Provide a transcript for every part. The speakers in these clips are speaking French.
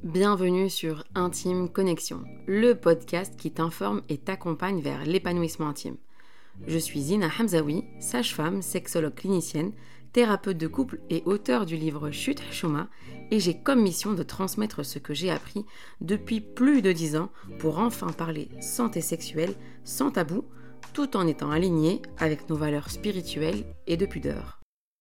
Bienvenue sur Intime Connexion, le podcast qui t'informe et t'accompagne vers l'épanouissement intime. Je suis Zina Hamzaoui, sage-femme, sexologue clinicienne, thérapeute de couple et auteure du livre Chut Chouma, et j'ai comme mission de transmettre ce que j'ai appris depuis plus de 10 ans pour enfin parler santé sexuelle sans tabou, tout en étant aligné avec nos valeurs spirituelles et de pudeur.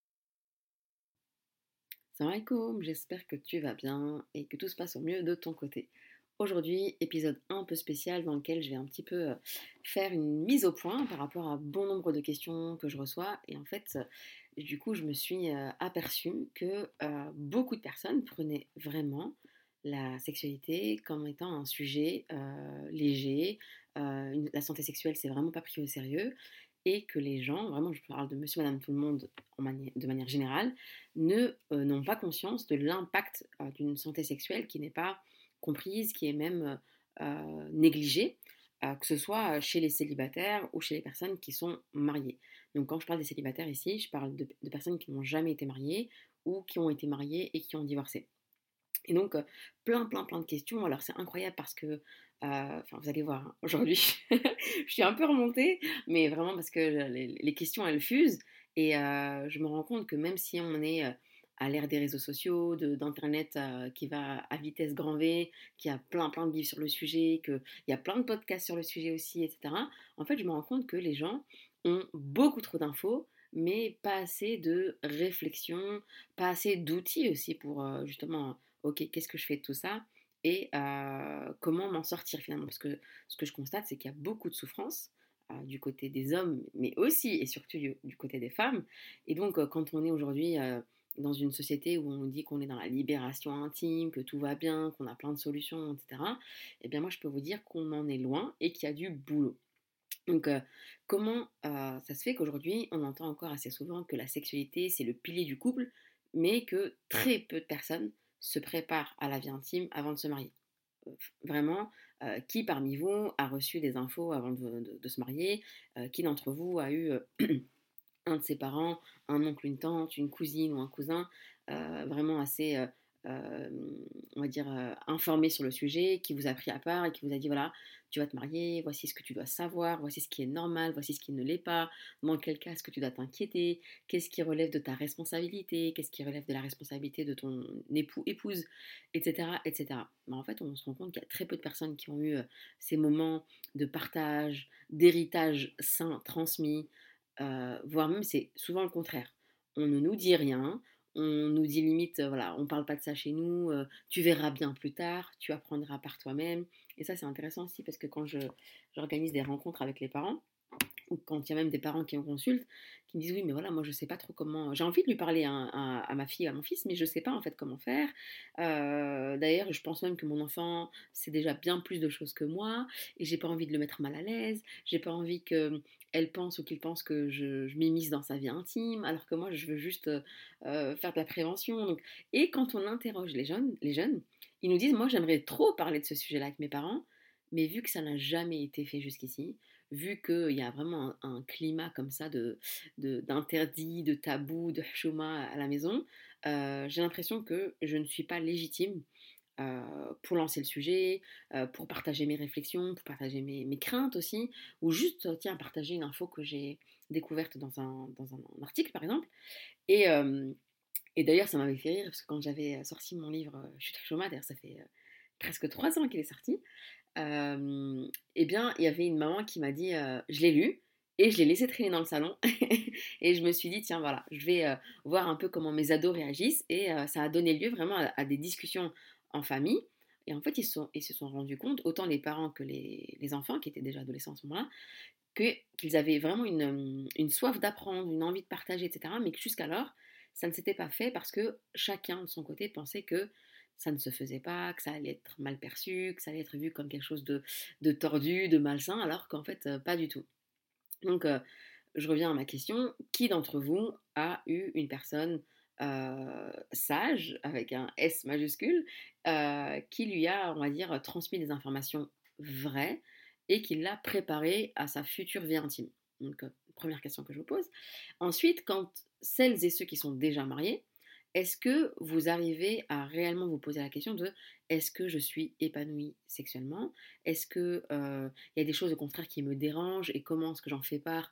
Salam alaikum, j'espère que tu vas bien et que tout se passe au mieux de ton côté. Aujourd'hui, épisode un peu spécial dans lequel je vais un petit peu faire une mise au point par rapport à bon nombre de questions que je reçois. Et en fait, du coup, je me suis aperçue que beaucoup de personnes prenaient vraiment la sexualité comme étant un sujet léger. La santé sexuelle, c'est vraiment pas pris au sérieux. Et que les gens, vraiment je parle de monsieur, madame, tout le monde de manière générale, n'ont pas conscience de l'impact d'une santé sexuelle qui n'est pas comprise, qui est même négligée, que ce soit chez les célibataires ou chez les personnes qui sont mariées. Donc quand je parle des célibataires ici, je parle de personnes qui n'ont jamais été mariées ou qui ont été mariées et qui ont divorcé. Et donc, plein de questions. Alors, c'est incroyable parce que, vous allez voir, hein, aujourd'hui, je suis un peu remontée, mais vraiment parce que les questions, elles fusent. Et je me rends compte que même si on est à l'ère des réseaux sociaux, d'Internet qui va à vitesse grand V, qu'il y a plein de livres sur le sujet, qu'il y a plein de podcasts sur le sujet aussi, etc., en fait, je me rends compte que les gens ont beaucoup trop d'infos, mais pas assez de réflexion, pas assez d'outils aussi pour justement ok, qu'est-ce que je fais de tout ça et comment m'en sortir finalement. Parce que ce que je constate, c'est qu'il y a beaucoup de souffrance du côté des hommes, mais aussi et surtout du côté des femmes. Et donc, quand on est aujourd'hui dans une société où on dit qu'on est dans la libération intime, que tout va bien, qu'on a plein de solutions, etc., eh bien moi, je peux vous dire qu'on en est loin et qu'il y a du boulot. Donc, comment ça se fait qu'aujourd'hui, on entend encore assez souvent que la sexualité, c'est le pilier du couple, mais que très peu de personnes se préparent à la vie intime avant de se marier. Vraiment, qui parmi vous a reçu des infos avant de se marier? Qui d'entre vous a eu un de ses parents, un oncle, une tante, une cousine ou un cousin vraiment assez, euh, on va dire, informé sur le sujet, qui vous a pris à part et qui vous a dit, voilà, tu vas te marier, voici ce que tu dois savoir, voici ce qui est normal, voici ce qui ne l'est pas, dans quel cas est-ce que tu dois t'inquiéter, qu'est-ce qui relève de ta responsabilité, qu'est-ce qui relève de la responsabilité de ton époux, épouse, etc. etc. Mais en fait, on se rend compte qu'il y a très peu de personnes qui ont eu ces moments de partage, d'héritage sain transmis, voire même c'est souvent le contraire. On ne nous dit rien, on nous dit limite, voilà, on parle pas de ça chez nous, tu verras bien plus tard, tu apprendras par toi-même. Et ça, c'est intéressant aussi parce que quand j'organise des rencontres avec les parents, ou quand il y a même des parents qui me consultent, qui me disent oui, mais voilà, moi je sais pas trop comment. J'ai envie de lui parler à ma fille, à mon fils, mais je sais pas en fait comment faire. D'ailleurs, je pense même que mon enfant sait déjà bien plus de choses que moi, et j'ai pas envie de le mettre mal à l'aise. J'ai pas envie que elle pense ou qu'il pense que je m'immisce dans sa vie intime, alors que moi je veux juste faire de la prévention. Donc, et quand on interroge les jeunes, ils nous disent moi j'aimerais trop parler de ce sujet-là avec mes parents, mais vu que ça n'a jamais été fait jusqu'ici, vu qu'il y a vraiment un climat comme ça d'interdit, de tabou, de chouma à la maison, j'ai l'impression que je ne suis pas légitime pour lancer le sujet, pour partager mes réflexions, pour partager mes craintes aussi, ou juste, tiens, partager une info que j'ai découverte dans un article, par exemple. Et, euh, et d'ailleurs, ça m'avait fait rire, parce que quand j'avais sorti mon livre Chut Chouma, d'ailleurs, ça fait presque 3 ans qu'il est sorti, eh bien, il y avait une maman qui m'a dit, je l'ai lu et je l'ai laissé traîner dans le salon et je me suis dit, tiens, voilà, je vais voir un peu comment mes ados réagissent et ça a donné lieu vraiment à des discussions en famille. Et en fait, ils se sont rendus compte, autant les parents que les enfants, qui étaient déjà adolescents à ce moment-là, qu'ils avaient vraiment une soif d'apprendre, une envie de partager, etc. Mais que jusqu'alors, ça ne s'était pas fait parce que chacun de son côté pensait que ça ne se faisait pas, que ça allait être mal perçu, que ça allait être vu comme quelque chose de tordu, de malsain, alors qu'en fait, pas du tout. Donc, je reviens à ma question. Qui d'entre vous a eu une personne sage, avec un S majuscule, qui lui a, on va dire, transmis des informations vraies et qui l'a préparé à sa future vie intime? Donc, première question que je vous pose. Ensuite, quand celles et ceux qui sont déjà mariés, est-ce que vous arrivez à réellement vous poser la question de est-ce que je suis épanouie sexuellement? Est-ce que il y a des choses au contraire qui me dérangent et comment est-ce que j'en fais part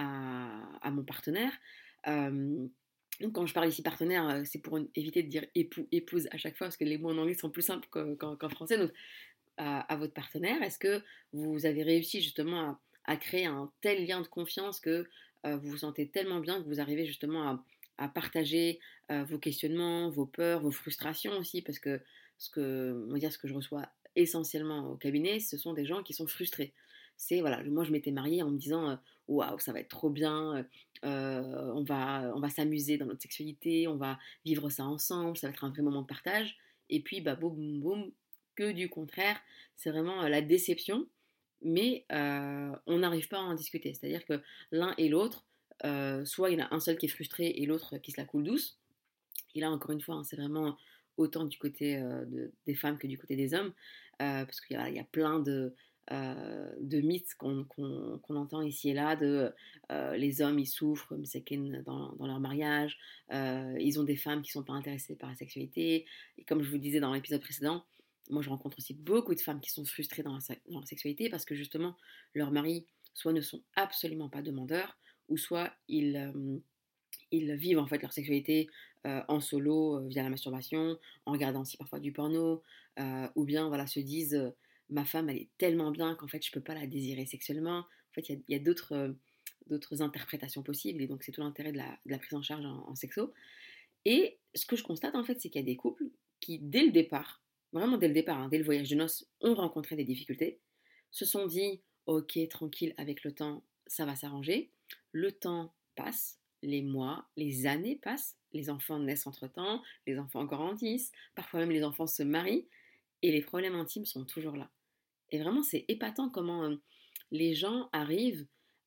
à mon partenaire? Euh, donc quand je parle ici partenaire, c'est pour éviter de dire époux, épouse à chaque fois parce que les mots en anglais sont plus simples qu'en français. Donc à votre partenaire, est-ce que vous avez réussi justement à créer un tel lien de confiance que vous vous sentez tellement bien que vous arrivez justement à partager vos questionnements, vos peurs, vos frustrations aussi, parce que on va dire, ce que je reçois essentiellement au cabinet, ce sont des gens qui sont frustrés. C'est, voilà, moi je m'étais mariée en me disant waouh, ça va être trop bien, on va s'amuser dans notre sexualité, on va vivre ça ensemble, ça va être un vrai moment de partage. Et puis, bah, boum, boum, boum, que du contraire, c'est vraiment la déception, mais on n'arrive pas à en discuter. C'est-à-dire que l'un et l'autre, soit il y en a un seul qui est frustré et l'autre qui se la coule douce. Et là, encore une fois, hein, c'est vraiment autant du côté des femmes que du côté des hommes, parce qu'il y a plein de mythes qu'on entend ici et là, de les hommes, ils souffrent, dans leur mariage, ils ont des femmes qui ne sont pas intéressées par la sexualité, et comme je vous disais dans l'épisode précédent, moi je rencontre aussi beaucoup de femmes qui sont frustrées dans la sexualité, parce que justement, leurs maris, soit ne sont absolument pas demandeurs, ou soit ils vivent en fait leur sexualité en solo via la masturbation, en regardant aussi parfois du porno, ou bien voilà, se disent ma femme elle est tellement bien qu'en fait je peux pas la désirer sexuellement. En fait il y a d'autres interprétations possibles et donc c'est tout l'intérêt de la prise en charge en sexo. Et ce que je constate en fait c'est qu'il y a des couples qui dès le départ, vraiment dès le départ, hein, dès le voyage de noces, ont rencontré des difficultés, se sont dit ok tranquille avec le temps ça va s'arranger, le temps passe, les mois, les années passent, les enfants naissent entre-temps, les enfants grandissent, parfois même les enfants se marient, et les problèmes intimes sont toujours là. Et vraiment, c'est épatant comment les gens arrivent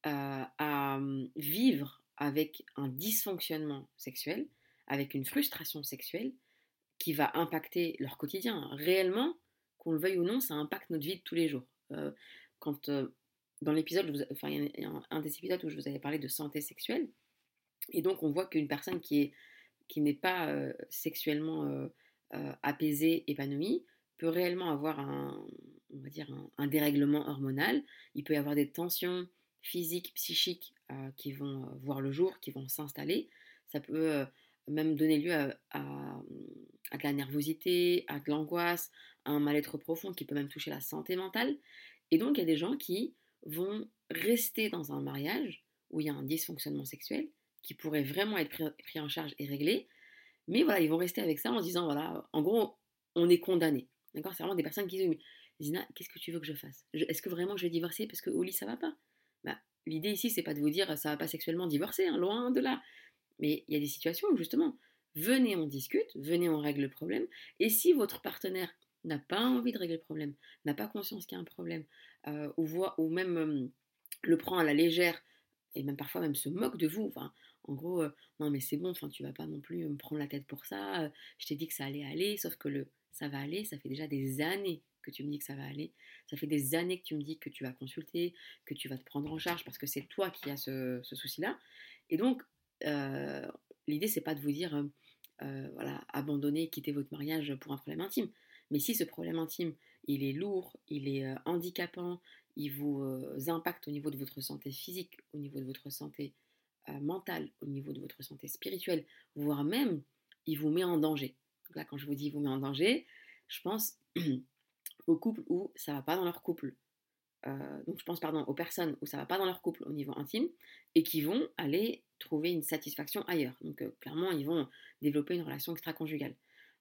à vivre avec un dysfonctionnement sexuel, avec une frustration sexuelle qui va impacter leur quotidien. Réellement, qu'on le veuille ou non, ça impacte notre vie de tous les jours. Quand dans l'épisode, enfin, il y a un des épisodes où je vous avais parlé de santé sexuelle, et donc on voit qu'une personne qui n'est pas sexuellement apaisée, épanouie, peut réellement avoir on va dire un dérèglement hormonal. Il peut y avoir des tensions physiques, psychiques qui vont voir le jour, qui vont s'installer. Ça peut même donner lieu à de la nervosité, à de l'angoisse, à un mal-être profond qui peut même toucher la santé mentale. Et donc il y a des gens qui vont rester dans un mariage où il y a un dysfonctionnement sexuel qui pourrait vraiment être pris en charge et réglé, mais voilà, ils vont rester avec ça en se disant, voilà, en gros, on est condamné. D'accord. C'est vraiment des personnes qui disent, mais Zina, qu'est-ce que tu veux que je fasse? Est-ce que vraiment je vais divorcer parce qu'au lit ça va pas? Bah, l'idée ici, c'est pas de vous dire ça va pas sexuellement divorcer, hein, loin de là. Mais il y a des situations où justement, venez, on discute, venez, on règle le problème. Et si votre partenaire n'a pas envie de régler le problème, n'a pas conscience qu'il y a un problème, ou même le prend à la légère, et même parfois même se moque de vous, enfin, en gros, non mais c'est bon, enfin, tu vas pas non plus me prendre la tête pour ça, je t'ai dit que ça allait aller, sauf que ça va aller, ça fait déjà des années que tu me dis que ça va aller, ça fait des années que tu me dis que tu vas consulter, que tu vas te prendre en charge parce que c'est toi qui as ce souci-là. Et donc, euh, l'idée, c'est pas de vous dire, voilà, abandonnez, quittez votre mariage pour un problème intime. Mais si ce problème intime, il est lourd, il est handicapant, il vous impacte au niveau de votre santé physique, au niveau de votre santé mentale, au niveau de votre santé spirituelle, voire même, il vous met en danger. Donc là, quand je vous dis il vous met en danger, je pense aux couples où ça va pas dans leur couple. Donc je pense pardon aux personnes où ça va pas dans leur couple au niveau intime et qui vont aller trouver une satisfaction ailleurs. Donc clairement, ils vont développer une relation extra-conjugale.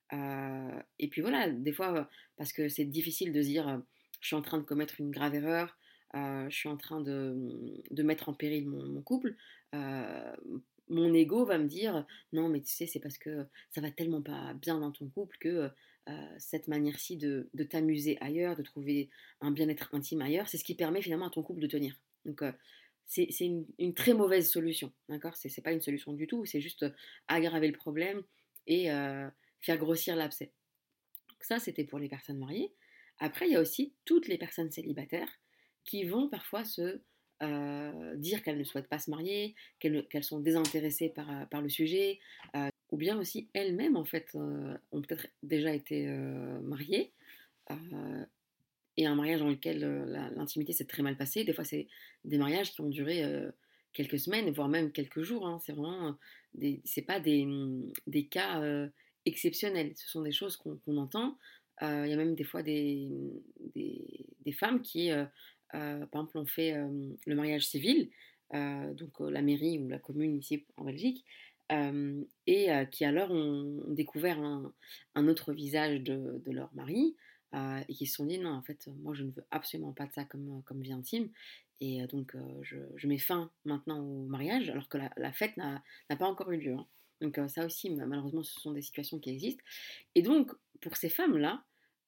Et puis voilà, des fois, parce que c'est difficile de se dire, je suis en train de commettre une grave erreur, je suis en train de mettre en péril mon couple, euh, mon ego va me dire, non mais tu sais, c'est parce que ça va tellement pas bien dans ton couple que cette manière-ci de t'amuser ailleurs, de trouver un bien-être intime ailleurs, c'est ce qui permet finalement à ton couple de tenir. Donc c'est une très mauvaise solution, d'accord? C'est pas une solution du tout, c'est juste aggraver le problème et faire grossir l'abcès. Donc ça, c'était pour les personnes mariées. Après, il y a aussi toutes les personnes célibataires qui vont parfois se dire qu'elles ne souhaitent pas se marier, qu'elles sont désintéressées par le sujet, ou bien aussi elles-mêmes en fait ont peut-être déjà été mariées euh, et un mariage dans lequel l'intimité s'est très mal passée. Des fois, c'est des mariages qui ont duré quelques semaines, voire même quelques jours, hein. C'est vraiment c'est pas des cas exceptionnels. Ce sont des choses qu'on entend. Il y a même des fois des femmes qui, par exemple, ont fait le mariage civil, donc la mairie ou la commune ici en Belgique, et qui alors ont découvert un autre visage de leur mari et qui se sont dit non, en fait, moi je ne veux absolument pas de ça comme vie intime. Et donc je mets fin maintenant au mariage alors que la fête n'a pas encore eu lieu, hein. Donc ça aussi, malheureusement, ce sont des situations qui existent. Et donc, pour ces femmes-là,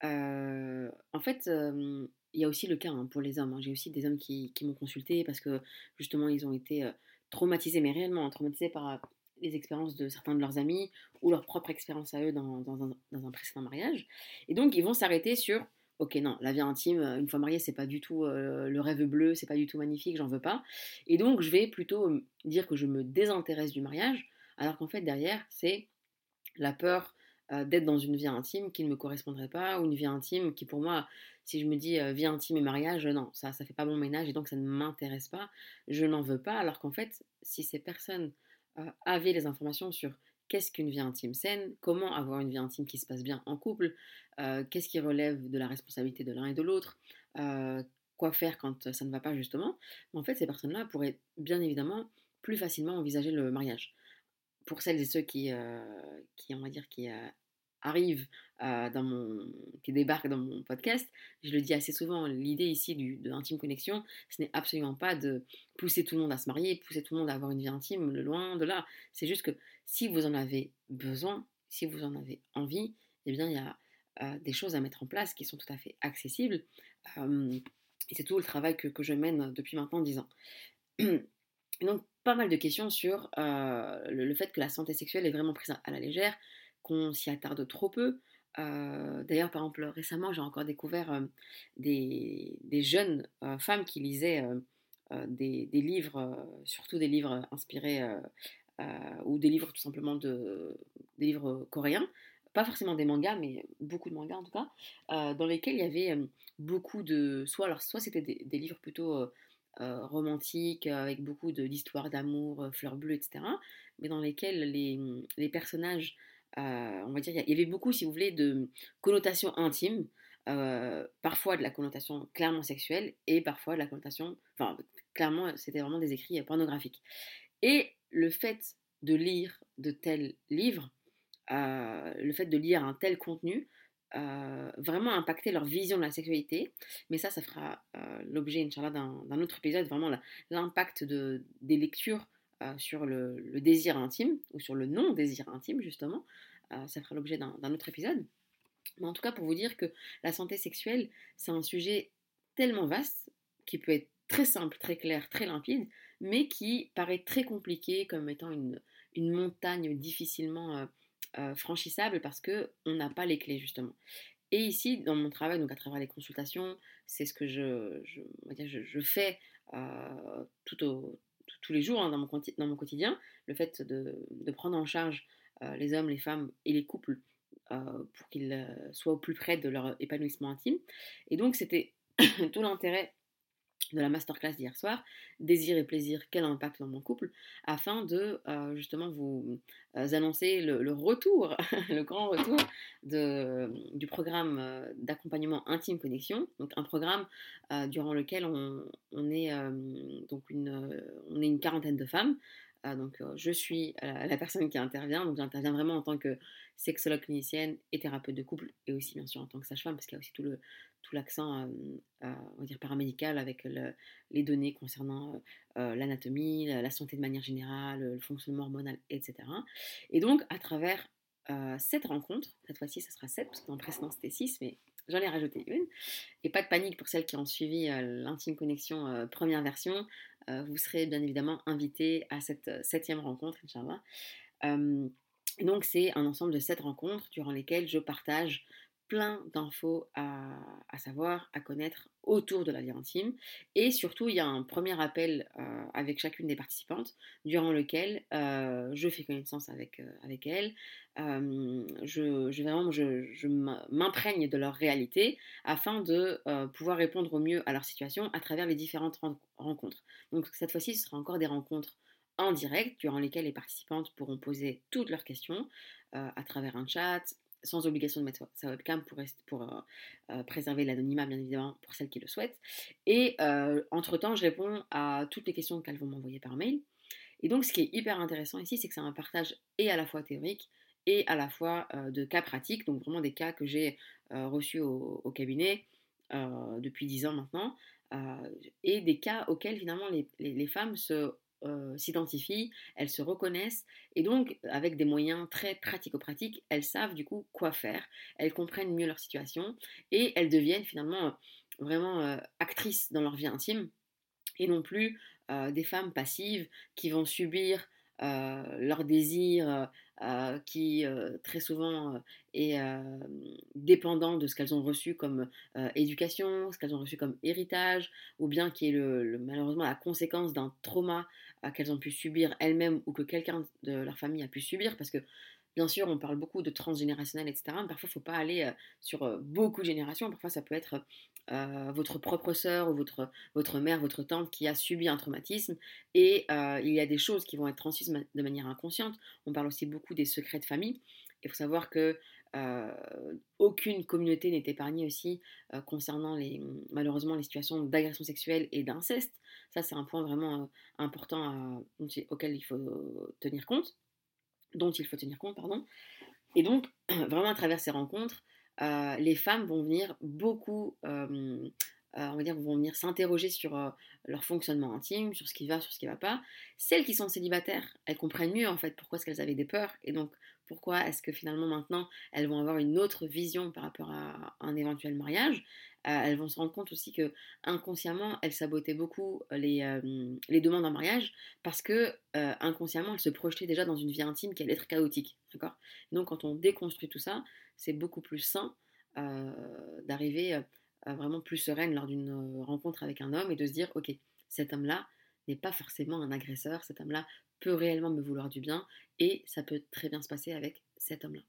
en fait, il y a aussi le cas hein, pour les hommes, hein. J'ai aussi des hommes qui m'ont consulté parce que justement, ils ont été traumatisés, mais réellement traumatisés par les expériences de certains de leurs amis ou leur propre expérience à eux dans un précédent mariage. Et donc, ils vont s'arrêter sur, ok, non, la vie intime, une fois mariée, c'est pas du tout le rêve bleu, c'est pas du tout magnifique, j'en veux pas. Et donc, je vais plutôt dire que je me désintéresse du mariage, alors qu'en fait, derrière, c'est la peur d'être dans une vie intime qui ne me correspondrait pas, ou une vie intime qui pour moi, si je me dis vie intime et mariage, non, ça fait pas bon ménage et donc ça ne m'intéresse pas, je n'en veux pas, alors qu'en fait, si ces personnes avaient les informations sur qu'est-ce qu'une vie intime saine, comment avoir une vie intime qui se passe bien en couple, qu'est-ce qui relève de la responsabilité de l'un et de l'autre, quoi faire quand ça ne va pas justement, en fait, ces personnes-là pourraient bien évidemment plus facilement envisager le mariage pour celles et ceux qui on va dire, qui arrivent qui débarquent dans mon podcast, je le dis assez souvent, l'idée ici de Intime Connexion, ce n'est absolument pas de pousser tout le monde à se marier, pousser tout le monde à avoir une vie intime, le loin de là. C'est juste que si vous en avez besoin, si vous en avez envie, eh bien, il y a des choses à mettre en place qui sont tout à fait accessibles. Euh, et c'est tout le travail que je mène depuis maintenant 10 ans. Donc, pas mal de questions sur le fait que la santé sexuelle est vraiment prise à la légère, qu'on s'y attarde trop peu. D'ailleurs, par exemple, récemment, j'ai encore découvert des jeunes femmes qui lisaient des livres, surtout des livres inspirés ou des livres tout simplement des livres coréens, pas forcément des mangas, mais beaucoup de mangas en tout cas, dans lesquels il y avait beaucoup de... soit c'était des livres plutôt romantiques, avec beaucoup d'histoires d'amour, fleurs bleues, etc., mais dans lesquels les personnages, on va dire, il y avait beaucoup, si vous voulez, de connotations intimes, parfois de la connotation clairement sexuelle, et parfois de la connotation... Enfin, clairement, c'était vraiment des écrits pornographiques. Et le fait de lire de tels livres, le fait de lire un tel contenu, vraiment impacter leur vision de la sexualité. Mais ça fera l'objet, Inch'Allah, d'un autre épisode, vraiment l'impact des lectures sur le désir intime, ou sur le non-désir intime, justement. Ça fera l'objet d'un autre épisode. Mais en tout cas, pour vous dire que la santé sexuelle, c'est un sujet tellement vaste, qui peut être très simple, très clair, très limpide, mais qui paraît très compliqué comme étant une montagne difficilement franchissable parce qu'on n'a pas les clés justement. Et ici, dans mon travail, donc à travers les consultations, c'est ce que on va dire, je fais tous les jours hein, dans mon quotidien, le fait de prendre en charge les hommes, les femmes et les couples pour qu'ils soient au plus près de leur épanouissement intime. Et donc, c'était tout l'intérêt de la masterclass d'hier soir, désir et plaisir, quel impact dans mon couple, afin de justement vous annoncer le retour, le grand retour du programme d'accompagnement Intime Connexion, donc un programme durant lequel on est on est une quarantaine de femmes. Donc je suis la personne qui intervient, donc j'interviens vraiment en tant que sexologue clinicienne et thérapeute de couple, et aussi bien sûr en tant que sage-femme, parce qu'il y a aussi tout l'accent on va dire paramédical avec les données concernant l'anatomie, la santé de manière générale, le fonctionnement hormonal, etc. Et donc, à travers cette rencontre, cette fois-ci, ça sera 7, parce que dans le précédent, c'était 6, mais j'en ai rajouté une. Et pas de panique pour celles qui ont suivi l'Intime Connexion première version. Vous serez bien évidemment invités à cette 7e rencontre, Inch'Allah. Donc, c'est un ensemble de 7 rencontres durant lesquelles je partage plein d'infos à savoir, à connaître autour de la vie intime. Et surtout, il y a un premier appel avec chacune des participantes durant lequel je fais connaissance avec elles. Je m'imprègne de leur réalité afin de pouvoir répondre au mieux à leur situation à travers les différentes rencontres. Donc cette fois-ci, ce sera encore des rencontres en direct durant lesquelles les participantes pourront poser toutes leurs questions à travers un chat, sans obligation de mettre sa webcam pour préserver l'anonymat, bien évidemment, pour celles qui le souhaitent. Et entre-temps, je réponds à toutes les questions qu'elles vont m'envoyer par mail. Et donc, ce qui est hyper intéressant ici, c'est que c'est un partage et à la fois théorique et à la fois de cas pratiques, donc vraiment des cas que j'ai reçus au cabinet depuis 10 ans maintenant, et des cas auxquels finalement les femmes s'identifient, elles se reconnaissent, et donc avec des moyens très pratico-pratiques, elles savent du coup quoi faire, elles comprennent mieux leur situation, et elles deviennent finalement vraiment actrices dans leur vie intime, et non plus des femmes passives qui vont subir leurs désirs qui très souvent est dépendant de ce qu'elles ont reçu comme éducation, ce qu'elles ont reçu comme héritage, ou bien qui est malheureusement la conséquence d'un trauma qu'elles ont pu subir elles-mêmes ou que quelqu'un de leur famille a pu subir, parce que bien sûr, on parle beaucoup de transgénérationnel, etc. Mais parfois, il ne faut pas aller sur beaucoup de générations. Parfois, ça peut être votre propre sœur ou votre mère, votre tante qui a subi un traumatisme. Et il y a des choses qui vont être transmises de manière inconsciente. On parle aussi beaucoup des secrets de famille. Il faut savoir que aucune communauté n'est épargnée aussi concernant malheureusement les situations d'agression sexuelle et d'inceste. Ça, c'est un point vraiment important auquel il faut tenir compte. Dont il faut tenir compte, pardon. Et donc, vraiment à travers ces rencontres, les femmes vont venir beaucoup, on va dire, vont venir s'interroger sur leur fonctionnement intime, sur ce qui va, sur ce qui ne va pas. Celles qui sont célibataires, elles comprennent mieux en fait pourquoi est-ce qu'elles avaient des peurs, et donc pourquoi est-ce que finalement maintenant elles vont avoir une autre vision par rapport à un éventuel mariage. Elles vont se rendre compte aussi que inconsciemment elles sabotaient beaucoup les demandes en mariage parce que inconsciemment elles se projetaient déjà dans une vie intime qui allait être chaotique, d'accord. Donc quand on déconstruit tout ça, c'est beaucoup plus sain d'arriver vraiment plus sereine lors d'une rencontre avec un homme et de se dire ok, cet homme-là n'est pas forcément un agresseur, cet homme-là peut réellement me vouloir du bien et ça peut très bien se passer avec cet homme-là.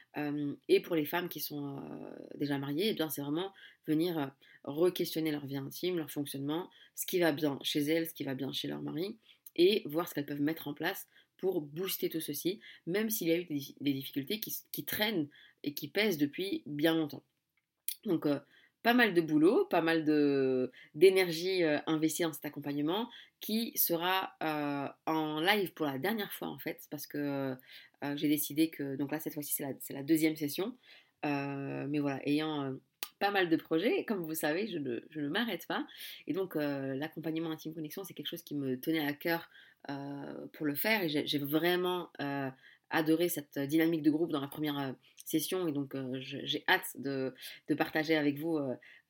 Et pour les femmes qui sont déjà mariées, eh bien, c'est vraiment venir re-questionner leur vie intime, leur fonctionnement, ce qui va bien chez elles, ce qui va bien chez leur mari, et voir ce qu'elles peuvent mettre en place pour booster tout ceci, même s'il y a eu des difficultés qui traînent et qui pèsent depuis bien longtemps. Donc, pas mal de boulot, pas mal d'énergie investie dans cet accompagnement qui sera en live pour la dernière fois en fait, parce que j'ai décidé que, donc là cette fois-ci c'est la deuxième session, mais voilà, ayant pas mal de projets, comme vous savez, je ne m'arrête pas, et donc l'accompagnement Intime Connexion c'est quelque chose qui me tenait à cœur pour le faire, et j'ai vraiment adoré cette dynamique de groupe dans la première session, et donc j'ai hâte de partager avec vous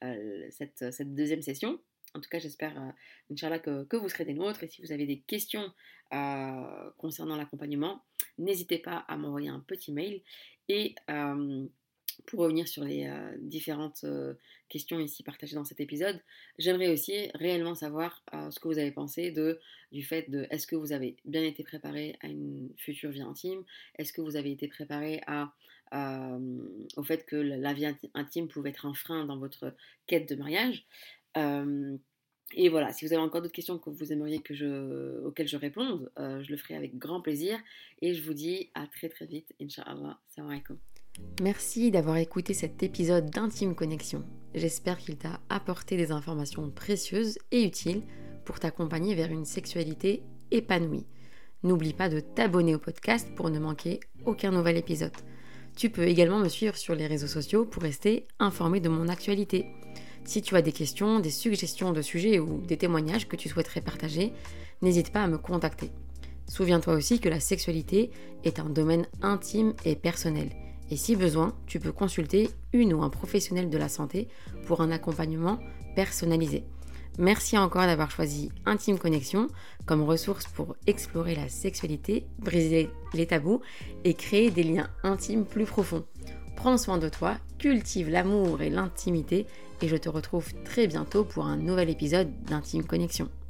cette deuxième session. En tout cas, j'espère, Inch'Allah, que vous serez des nôtres. Et si vous avez des questions concernant l'accompagnement, n'hésitez pas à m'envoyer un petit mail. Et pour revenir sur les différentes questions ici partagées dans cet épisode, j'aimerais aussi réellement savoir ce que vous avez pensé du fait de est-ce que vous avez bien été préparé à une future vie intime, est-ce que vous avez été préparé au fait que la vie intime pouvait être un frein dans votre quête de mariage. Et voilà, si vous avez encore d'autres questions que vous aimeriez auxquelles je réponde, je le ferai avec grand plaisir. Et je vous dis à très très vite, Inch'Allah. Salam alaikum. Merci d'avoir écouté cet épisode d'Intime Connexion. J'espère qu'il t'a apporté des informations précieuses et utiles pour t'accompagner vers une sexualité épanouie. N'oublie pas de t'abonner au podcast pour ne manquer aucun nouvel épisode. Tu peux également me suivre sur les réseaux sociaux pour rester informé de mon actualité. Si tu as des questions, des suggestions de sujets ou des témoignages que tu souhaiterais partager, n'hésite pas à me contacter. Souviens-toi aussi que la sexualité est un domaine intime et personnel. Et si besoin, tu peux consulter une ou un professionnel de la santé pour un accompagnement personnalisé. Merci encore d'avoir choisi Intime Connexion comme ressource pour explorer la sexualité, briser les tabous et créer des liens intimes plus profonds. Prends soin de toi, cultive l'amour et l'intimité et je te retrouve très bientôt pour un nouvel épisode d'Intime Connexion.